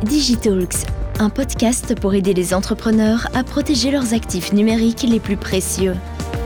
Digitalks, un podcast pour aider les entrepreneurs à protéger leurs actifs numériques les plus précieux.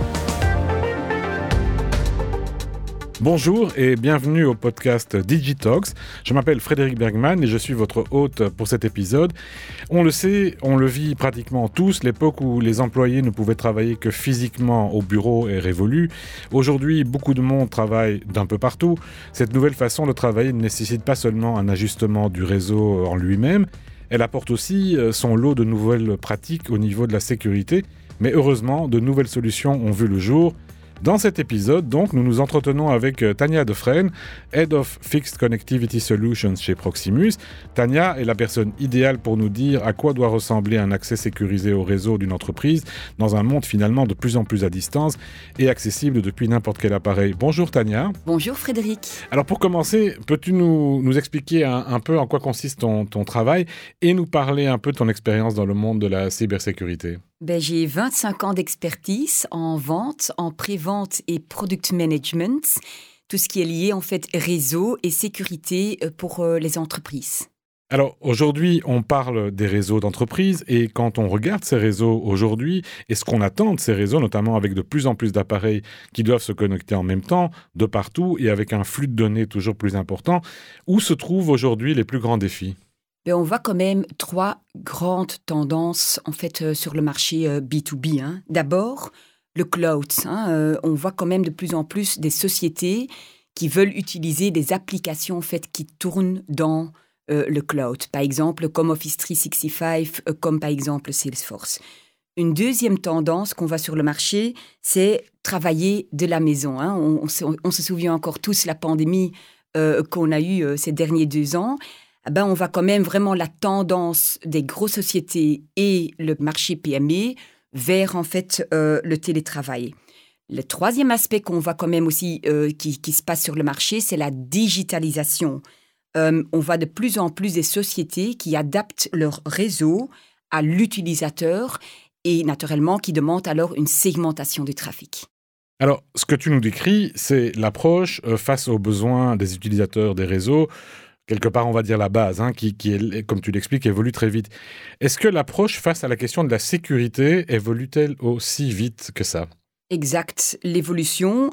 Bonjour et bienvenue au podcast Digitalks. Je m'appelle Frédéric Bergman et je suis votre hôte pour cet épisode. On le sait, on le vit pratiquement tous, l'époque où les employés ne pouvaient travailler que physiquement au bureau est révolue. Aujourd'hui, beaucoup de monde travaille d'un peu partout. Cette nouvelle façon de travailler ne nécessite pas seulement un ajustement du réseau en lui-même, elle apporte aussi son lot de nouvelles pratiques au niveau de la sécurité. Mais heureusement, de nouvelles solutions ont vu le jour. Dans cet épisode, donc, nous nous entretenons avec Tania Defresne, Head of Fixed Connectivity Solutions chez Proximus. Tania est la personne idéale pour nous dire à quoi doit ressembler un accès sécurisé au réseau d'une entreprise dans un monde finalement de plus en plus à distance et accessible depuis n'importe quel appareil. Bonjour Tania. Bonjour Frédéric. Alors pour commencer, peux-tu nous expliquer un peu en quoi consiste ton travail et nous parler un peu de ton expérience dans le monde de la cybersécurité ? J'ai 25 ans d'expertise en vente, en pré-vente et product management, tout ce qui est lié en fait réseau et sécurité pour les entreprises. Alors aujourd'hui, on parle des réseaux d'entreprise et quand on regarde ces réseaux aujourd'hui et ce qu'on attend de ces réseaux, notamment avec de plus en plus d'appareils qui doivent se connecter en même temps, de partout et avec un flux de données toujours plus important, où se trouvent aujourd'hui les plus grands défis ? On voit quand même trois grandes tendances en fait sur le marché B2B. D'abord, le cloud. On voit quand même de plus en plus des sociétés qui veulent utiliser des applications en fait qui tournent dans le cloud. Par exemple, comme Office 365, comme par exemple Salesforce. Une deuxième tendance qu'on voit sur le marché, c'est travailler de la maison. On se souvient encore tous la pandémie qu'on a eue ces derniers 2 ans. On voit quand même vraiment la tendance des grosses sociétés et le marché PME vers en fait le télétravail. Le troisième aspect qu'on voit quand même aussi qui se passe sur le marché, c'est la digitalisation. On voit de plus en plus des sociétés qui adaptent leur réseau à l'utilisateur et naturellement qui demandent alors une segmentation du trafic. Alors, ce que tu nous décris, c'est l'approche face aux besoins des utilisateurs des réseaux. Quelque part, on va dire la base, qui comme tu l'expliques, évolue très vite. Est-ce que l'approche face à la question de la sécurité évolue-t-elle aussi vite que ça ? Exact. L'évolution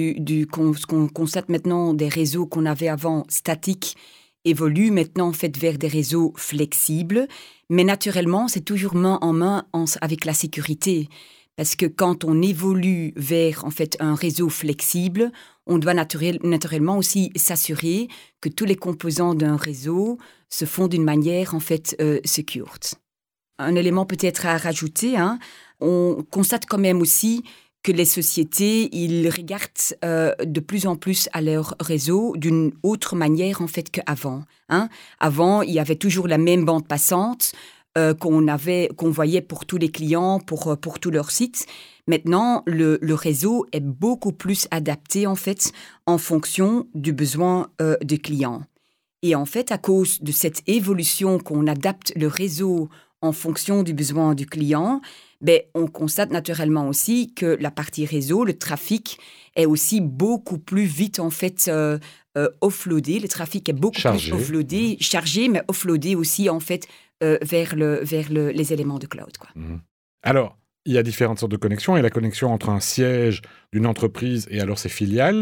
ce qu'on constate maintenant des réseaux qu'on avait avant statiques évolue maintenant en fait vers des réseaux flexibles. Mais naturellement, c'est toujours main en main avec la sécurité. Parce que quand on évolue vers en fait un réseau flexible, on doit naturellement aussi s'assurer que tous les composants d'un réseau se font d'une manière en fait secure. Un élément peut-être à rajouter, on constate quand même aussi que les sociétés, ils regardent de plus en plus à leur réseau d'une autre manière en fait qu'avant. Avant, il y avait toujours la même bande passante qu'on voyait pour tous les clients, pour tous leurs sites. Maintenant, le réseau est beaucoup plus adapté en fait en fonction du besoin des clients. Et en fait, à cause de cette évolution qu'on adapte le réseau en fonction du besoin du client, on constate naturellement aussi que la partie réseau, le trafic, est aussi beaucoup plus vite en fait offloadé. Le trafic est beaucoup plus offloadé, chargé, mais offloadé aussi en fait vers les éléments de cloud. Alors, il y a différentes sortes de connexions. Il y a la connexion entre un siège d'une entreprise et alors ses filiales.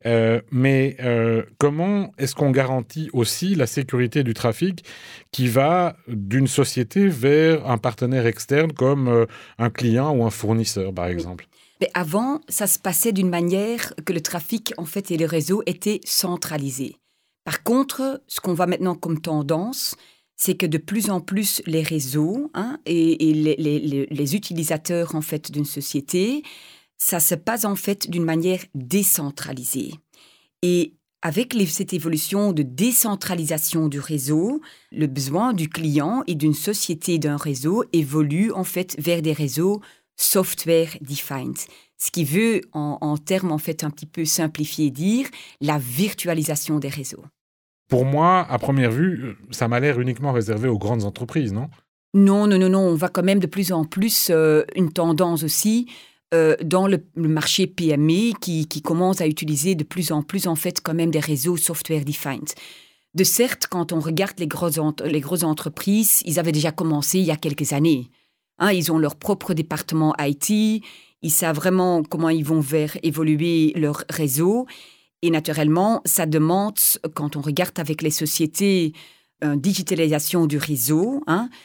Mais comment est-ce qu'on garantit aussi la sécurité du trafic qui va d'une société vers un partenaire externe comme un client ou un fournisseur, par exemple ? Mais avant, ça se passait d'une manière que le trafic en fait, et le réseau étaient centralisés. Par contre, ce qu'on voit maintenant comme tendance, c'est que de plus en plus les réseaux et les utilisateurs en fait d'une société, ça se passe en fait d'une manière décentralisée. Et avec cette évolution de décentralisation du réseau, le besoin du client et d'une société d'un réseau évolue en fait vers des réseaux software defined. Ce qui veut en termes en fait un petit peu simplifiés dire la virtualisation des réseaux. Pour moi, à première vue, ça m'a l'air uniquement réservé aux grandes entreprises, non ? Non. On voit quand même de plus en plus une tendance aussi dans le marché PME qui commence à utiliser de plus en plus en fait quand même des réseaux software defined. De certes, quand on regarde les grosses entreprises, ils avaient déjà commencé il y a quelques années. Ils ont leur propre département IT, ils savent vraiment comment ils vont faire évoluer leur réseau. Et naturellement, ça demande, quand on regarde avec les sociétés, une digitalisation du réseau,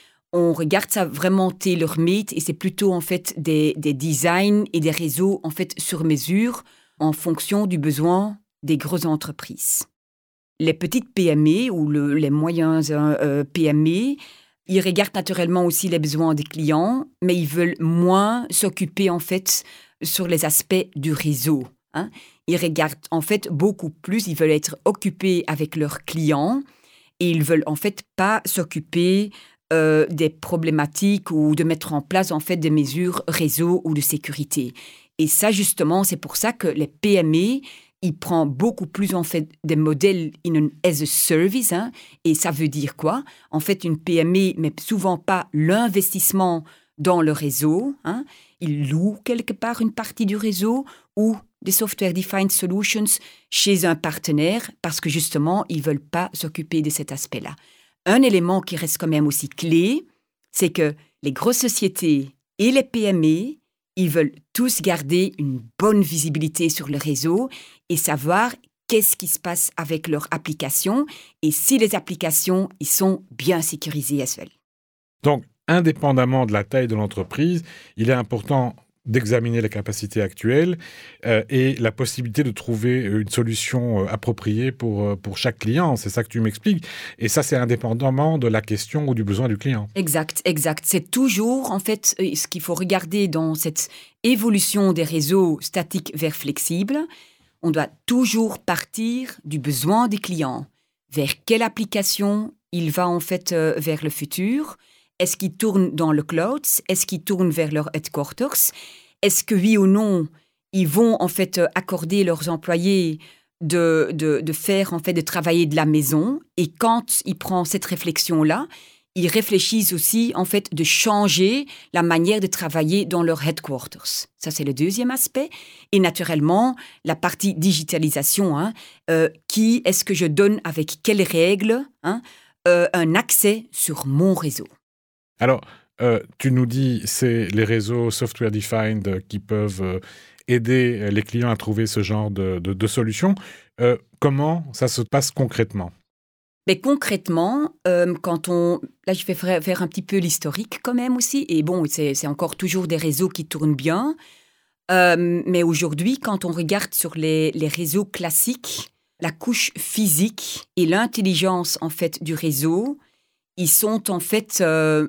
on regarde ça vraiment tailor-made et c'est plutôt en fait des designs et des réseaux en fait sur mesure en fonction du besoin des grosses entreprises. Les petites PME ou les moyens PME, ils regardent naturellement aussi les besoins des clients, mais ils veulent moins s'occuper en fait sur les aspects du réseau. Ils regardent en fait beaucoup plus, ils veulent être occupés avec leurs clients et ils veulent en fait pas s'occuper des problématiques ou de mettre en place en fait des mesures réseau ou de sécurité. Et ça justement, c'est pour ça que les PME, ils prennent beaucoup plus en fait des modèles as a service. Et ça veut dire quoi? En fait, une PME met souvent pas l'investissement dans le réseau. Ils louent quelque part une partie du réseau ou des software-defined solutions chez un partenaire parce que justement, ils veulent pas s'occuper de cet aspect-là. Un élément qui reste quand même aussi clé, c'est que les grosses sociétés et les PME, ils veulent tous garder une bonne visibilité sur le réseau et savoir qu'est-ce qui se passe avec leurs applications et si les applications ils sont bien sécurisées as well. Donc, indépendamment de la taille de l'entreprise, il est important d'examiner les capacités actuelles et la possibilité de trouver une solution appropriée pour chaque client. C'est ça que tu m'expliques. Et ça, c'est indépendamment de la question ou du besoin du client. Exact. C'est toujours, en fait, ce qu'il faut regarder dans cette évolution des réseaux statiques vers flexibles. On doit toujours partir du besoin des clients. Vers quelle application il va, en fait, vers le futur ? Est-ce qu'ils tournent dans le cloud? Est-ce qu'ils tournent vers leur headquarters? Est-ce que oui ou non, ils vont en fait accorder leurs employés de faire en fait de travailler de la maison? Et quand ils prennent cette réflexion-là, ils réfléchissent aussi en fait de changer la manière de travailler dans leur headquarters. Ça, c'est le deuxième aspect. Et naturellement, la partie digitalisation. Qui est-ce que je donne avec quelles règles un accès sur mon réseau? Alors, tu nous dis, c'est les réseaux software-defined qui peuvent aider les clients à trouver ce genre de solutions. Comment ça se passe concrètement? Mais concrètement, là, je vais faire un petit peu l'historique quand même aussi. Et bon, c'est encore toujours des réseaux qui tournent bien. Mais aujourd'hui, quand on regarde sur les réseaux classiques, la couche physique et l'intelligence en fait du réseau, ils sont en fait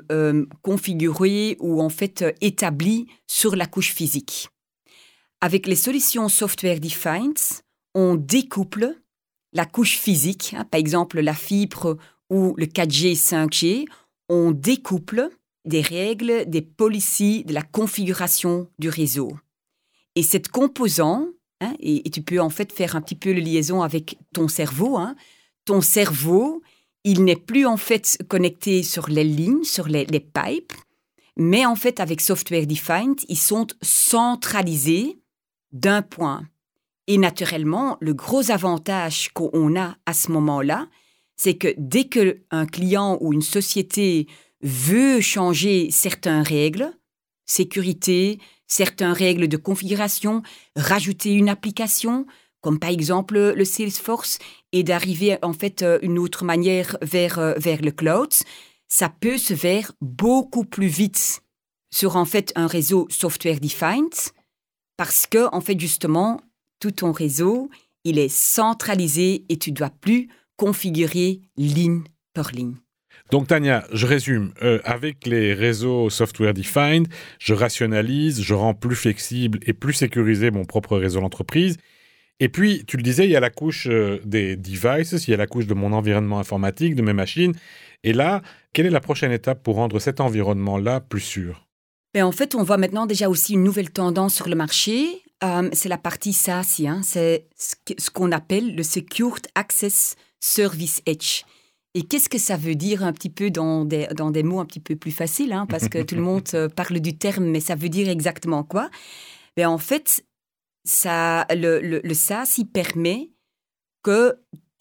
configurés ou en fait établis sur la couche physique. Avec les solutions software-defined, on découple la couche physique, par exemple la fibre ou le 4G, 5G, on découple des règles, des policies, de la configuration du réseau. Et cette composant, et tu peux en fait faire un petit peu la liaison avec ton cerveau, ton cerveau, il n'est plus en fait connecté sur les lignes, sur les pipes, mais en fait avec Software Defined, ils sont centralisés d'un point. Et naturellement, le gros avantage qu'on a à ce moment-là, c'est que dès qu'un client ou une société veut changer certaines règles, sécurité, certaines règles de configuration, rajouter une application, comme par exemple le Salesforce, et d'arriver en fait une autre manière vers le cloud, ça peut se faire beaucoup plus vite sur en fait un réseau software defined, parce que en fait justement tout ton réseau il est centralisé et tu dois plus configurer ligne par ligne. Donc Tania, je résume, avec les réseaux software defined, je rationalise, je rends plus flexible et plus sécurisé mon propre réseau d'entreprise. Et puis, tu le disais, il y a la couche des devices, il y a la couche de mon environnement informatique, de mes machines. Et là, quelle est la prochaine étape pour rendre cet environnement-là plus sûr? En fait, on voit maintenant déjà aussi une nouvelle tendance sur le marché. C'est la partie SASI, c'est ce qu'on appelle le Secured Access Service Edge. Et qu'est-ce que ça veut dire un petit peu dans des mots un petit peu plus faciles, parce que tout le monde parle du terme, mais ça veut dire exactement quoi? En fait, le SaaS, il permet que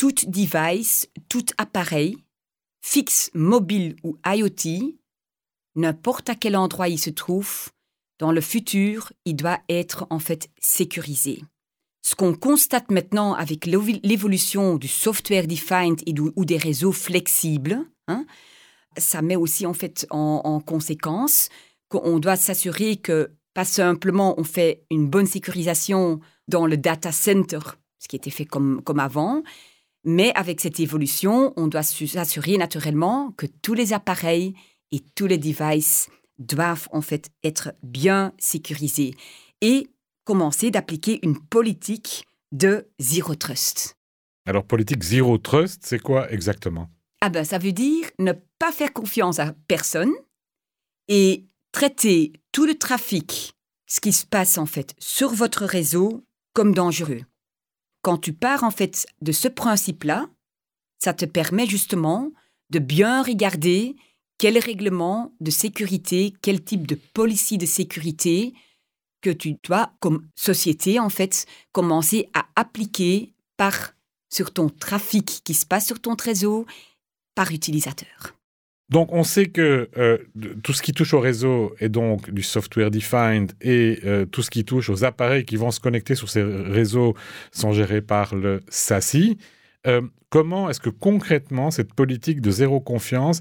tout device, tout appareil, fixe, mobile ou IoT, n'importe à quel endroit il se trouve, dans le futur, il doit être en fait sécurisé. Ce qu'on constate maintenant avec l'évolution du software defined ou des réseaux flexibles, ça met aussi en fait en conséquence qu'on doit s'assurer que pas simplement on fait une bonne sécurisation dans le data center, ce qui était fait comme avant, mais avec cette évolution, on doit s'assurer naturellement que tous les appareils et tous les devices doivent en fait être bien sécurisés et commencer d'appliquer une politique de Zero Trust. Alors, politique Zero Trust, c'est quoi exactement? Ça veut dire ne pas faire confiance à personne et traiter tout le trafic, ce qui se passe en fait sur votre réseau, comme dangereux. Quand tu pars en fait de ce principe-là, ça te permet justement de bien regarder quel règlement de sécurité, quel type de policy de sécurité que tu dois, comme société, en fait, commencer à appliquer sur ton trafic qui se passe sur ton réseau, par utilisateur. Donc, on sait que tout ce qui touche au réseau est donc du software defined et tout ce qui touche aux appareils qui vont se connecter sur ces réseaux sont gérés par le SASE. Comment est-ce que concrètement cette politique de zéro confiance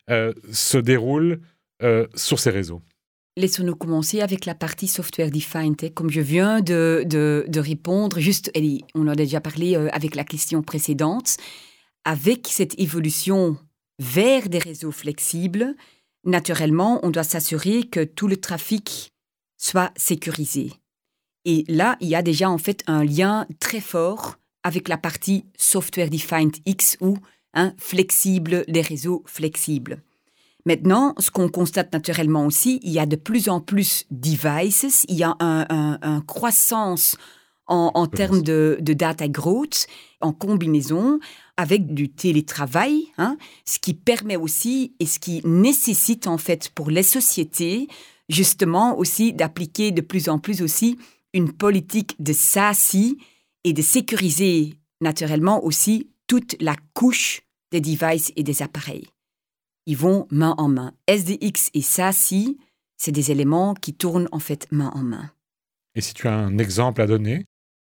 se déroule sur ces réseaux? Laissons-nous commencer avec la partie software defined. Comme je viens de répondre, on en a déjà parlé avec la question précédente, avec cette évolution vers des réseaux flexibles, naturellement, on doit s'assurer que tout le trafic soit sécurisé. Et là, il y a déjà en fait un lien très fort avec la partie software defined X ou flexible, les réseaux flexibles. Maintenant, ce qu'on constate naturellement aussi, il y a de plus en plus de devices, il y a une croissance en termes de data growth, en combinaison avec du télétravail, ce qui permet aussi et ce qui nécessite en fait pour les sociétés justement aussi d'appliquer de plus en plus aussi une politique de SASE et de sécuriser naturellement aussi toute la couche des devices et des appareils. Ils vont main en main. SDX et SASE, c'est des éléments qui tournent en fait main en main. Et si tu as un exemple à donner?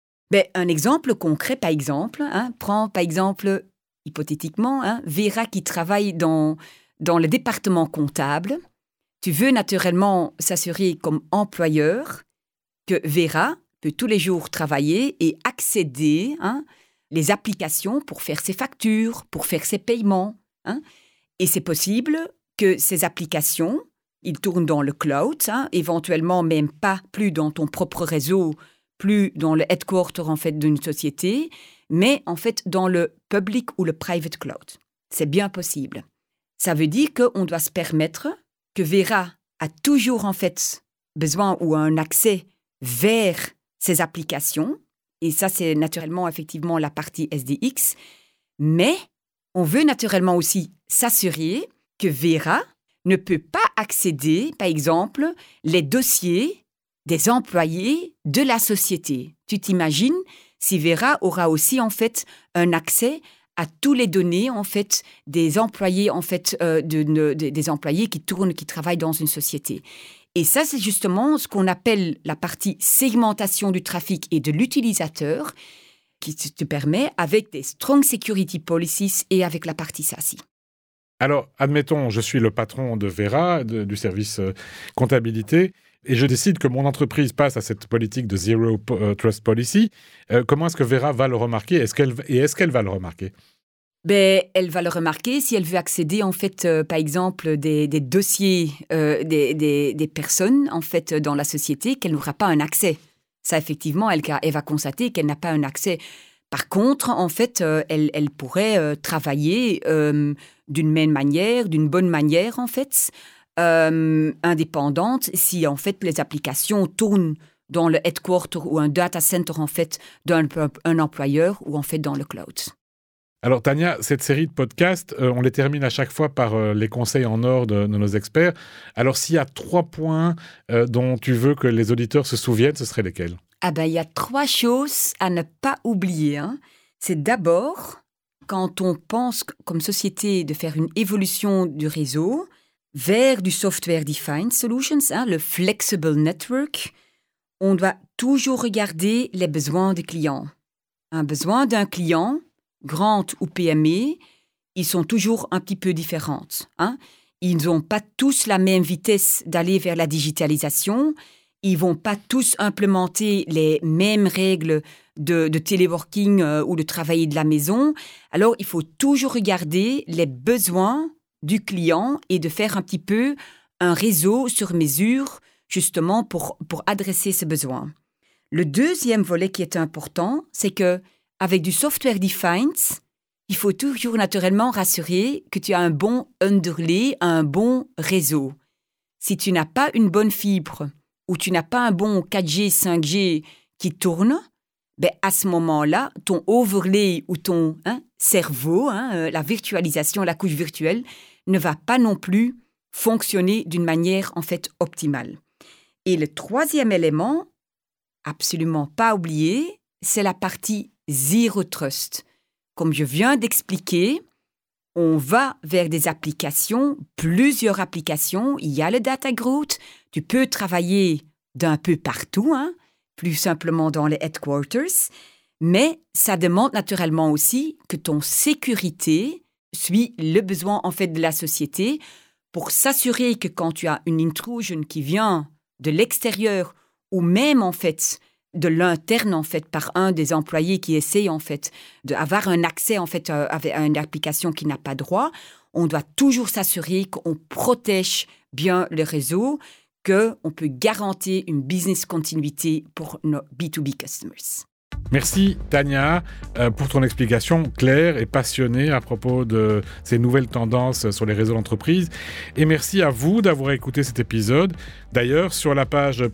Un exemple concret, par exemple, prends par exemple, hypothétiquement, Vera qui travaille dans le département comptable. Tu veux naturellement s'assurer comme employeur que Vera peut tous les jours travailler et accéder les applications pour faire ses factures, pour faire ses paiements. Et c'est possible que ces applications, ils tournent dans le cloud, éventuellement même pas plus dans ton propre réseau, plus dans le headquarter en fait d'une société, mais en fait dans le public ou le private cloud. C'est bien possible. Ça veut dire qu'on doit se permettre que Vera a toujours en fait besoin ou un accès vers ces applications, et ça c'est naturellement effectivement la partie SDX, mais on veut naturellement aussi s'assurer que Vera ne peut pas accéder, par exemple, les dossiers des employés de la société. Tu t'imagines si Vera aura aussi en fait un accès à tous les données en fait des employés en fait des employés qui travaillent dans une société. Et ça c'est justement ce qu'on appelle la partie segmentation du trafic et de l'utilisateur qui te permet avec des strong security policies et avec la partie SASE. Alors, admettons, je suis le patron de Vera, du service comptabilité, et je décide que mon entreprise passe à cette politique de Zero Trust Policy. Comment est-ce que Vera va le remarquer? Est-ce qu'elle va le remarquer? Elle va le remarquer si elle veut accéder, en fait, par exemple, des dossiers des personnes, en fait, dans la société, qu'elle n'aura pas un accès. Ça, effectivement, elle va constater qu'elle n'a pas un accès. Par contre, en fait, elle pourrait travailler d'une même manière, d'une bonne manière, en fait, indépendante, si, en fait, les applications tournent dans le headquarter ou un data center, en fait, d'un employeur ou, en fait, dans le cloud. Alors, Tania, cette série de podcasts, on les termine à chaque fois par les conseils en or de nos experts. Alors, s'il y a 3 points dont tu veux que les auditeurs se souviennent, ce seraient lesquels? Il y a 3 choses à ne pas oublier. C'est d'abord quand on pense comme société de faire une évolution du réseau vers du Software Defined Solutions, le Flexible Network, on doit toujours regarder les besoins des clients. Un besoin d'un client, grand ou PME, ils sont toujours un petit peu différents. Ils n'ont pas tous la même vitesse d'aller vers la digitalisation. Ils ne vont pas tous implémenter les mêmes règles de téléworking ou de travailler de la maison. Alors, il faut toujours regarder les besoins du client et de faire un petit peu un réseau sur mesure, justement, pour adresser ce besoin. Le deuxième volet qui est important, c'est qu'avec du software defined, il faut toujours naturellement rassurer que tu as un bon underlay, un bon réseau. Si tu n'as pas une bonne fibre ou tu n'as pas un bon 4G, 5G qui tourne, à ce moment-là, ton overlay ou ton cerveau, la virtualisation, la couche virtuelle, ne va pas non plus fonctionner d'une manière en fait optimale. Et le troisième élément, absolument pas oublié, c'est la partie Zero Trust. Comme je viens d'expliquer, on va vers des applications, plusieurs applications. Il y a le Data Growth, tu peux travailler d'un peu partout, plus simplement dans les headquarters, mais ça demande naturellement aussi que ton sécurité suit le besoin en fait de la société pour s'assurer que quand tu as une intrusion qui vient de l'extérieur ou même en fait de l'interne en fait par un des employés qui essaye en fait d'avoir un accès en fait à une application qui n'a pas droit, on doit toujours s'assurer qu'on protège bien le réseau, qu'on peut garantir une business continuité pour nos B2B customers. Merci Tania pour ton explication claire et passionnée à propos de ces nouvelles tendances sur les réseaux d'entreprise. Et merci à vous d'avoir écouté cet épisode. D'ailleurs, sur la page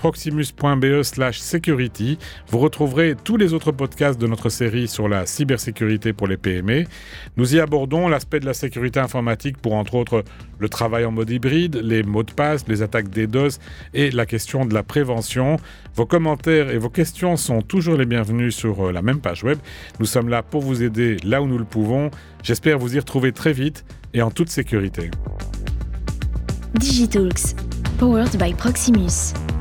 proximus.be/security, vous retrouverez tous les autres podcasts de notre série sur la cybersécurité pour les PME. Nous y abordons l'aspect de la sécurité informatique pour, entre autres, le travail en mode hybride, les mots de passe, les attaques DDoS et la question de la prévention. Vos commentaires et vos questions sont toujours les bienvenus sur la même page web. Nous sommes là pour vous aider là où nous le pouvons. J'espère vous y retrouver très vite et en toute sécurité. Digitalks, powered by Proximus.